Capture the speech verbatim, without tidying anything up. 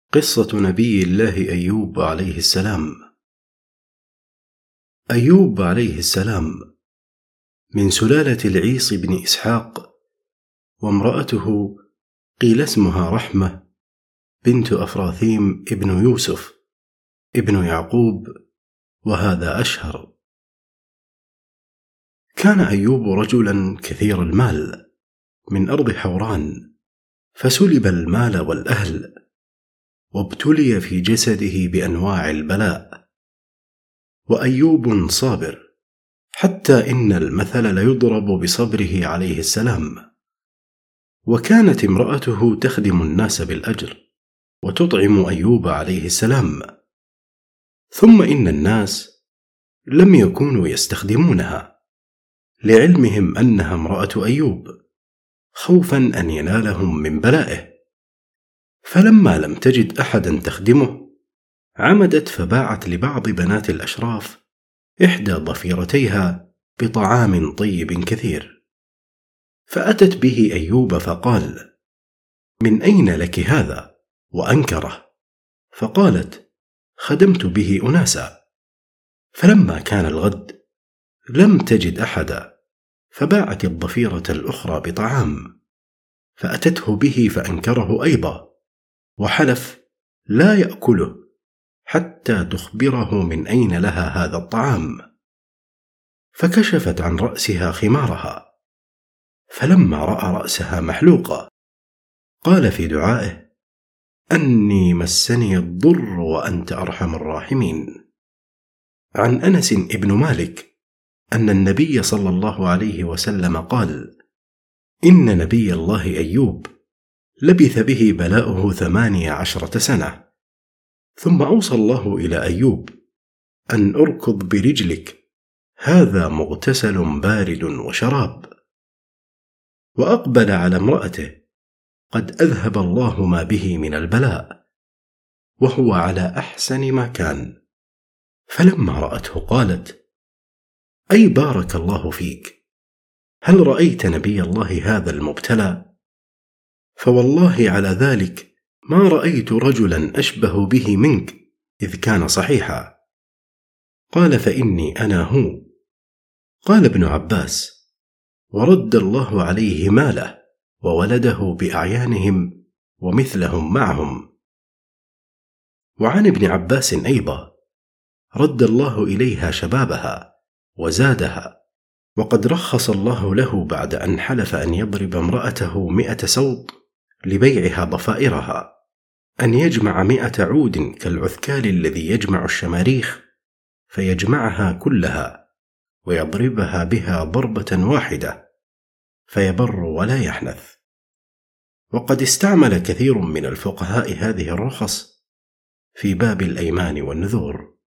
قصة نبي الله أيوب عليه السلام. أيوب عليه السلام من سلالة العيص بن إسحاق، وامرأته قيل اسمها رحمة بنت أفراثيم ابن يوسف ابن يعقوب، وهذا أشهر. كان أيوب رجلا كثير المال من أرض حوران، فسلب المال والأهل، وابتلي في جسده بأنواع البلاء. وأيوب صابر، حتى إن المثل ليضرب بصبره عليه السلام. وكانت امرأته تخدم الناس بالأجر، وتطعم أيوب عليه السلام. ثم إن الناس لم يكونوا يستخدمونها، لعلمهم أنها امرأة أيوب، خوفا أن ينالهم من بلائه. فلما لم تجد أحدا تخدمه، عمدت فباعت لبعض بنات الأشراف إحدى ضفيرتيها بطعام طيب كثير، فأتت به أيوب فقال: من أين لك هذا؟ وأنكره، فقالت: خدمت به أناسا. فلما كان الغد لم تجد أحدا، فباعت الضفيرة الأخرى بطعام، فأتته به فأنكره أيضا، وحلف لا يأكله حتى تخبره من أين لها هذا الطعام. فكشفت عن رأسها خمارها، فلما رأى رأسها محلوقا قال في دعائه: أني مسني الضر وأنت أرحم الراحمين. عن أنس ابن مالك أن النبي صلى الله عليه وسلم قال: إن نبي الله أيوب لبث به بلاؤه ثمانية عشرة سنة، ثم أوصى الله إلى أيوب أن أركض برجلك، هذا مغتسل بارد وشراب. وأقبل على امرأته قد أذهب الله ما به من البلاء، وهو على أحسن ما كان. فلما رأته قالت: أي بارك الله فيك، هل رأيت نبي الله هذا المبتلى؟ فوالله على ذلك ما رأيت رجلا أشبه به منك إذ كان صحيحا. قال: فإني أنا هو. قال ابن عباس: ورد الله عليه ماله وولده بأعيانهم ومثلهم معهم. وعن ابن عباس أيضا: رد الله إليها شبابها وزادها، وقد رخص الله له بعد أن حلف أن يضرب امرأته مئة سوط لبيعها ضفائرها، أن يجمع مئة عود كالعثكال الذي يجمع الشماريخ، فيجمعها كلها ويضربها بها ضربة واحدة، فيبر ولا يحنث. وقد استعمل كثير من الفقهاء هذه الرخص في باب الأيمان والنذور.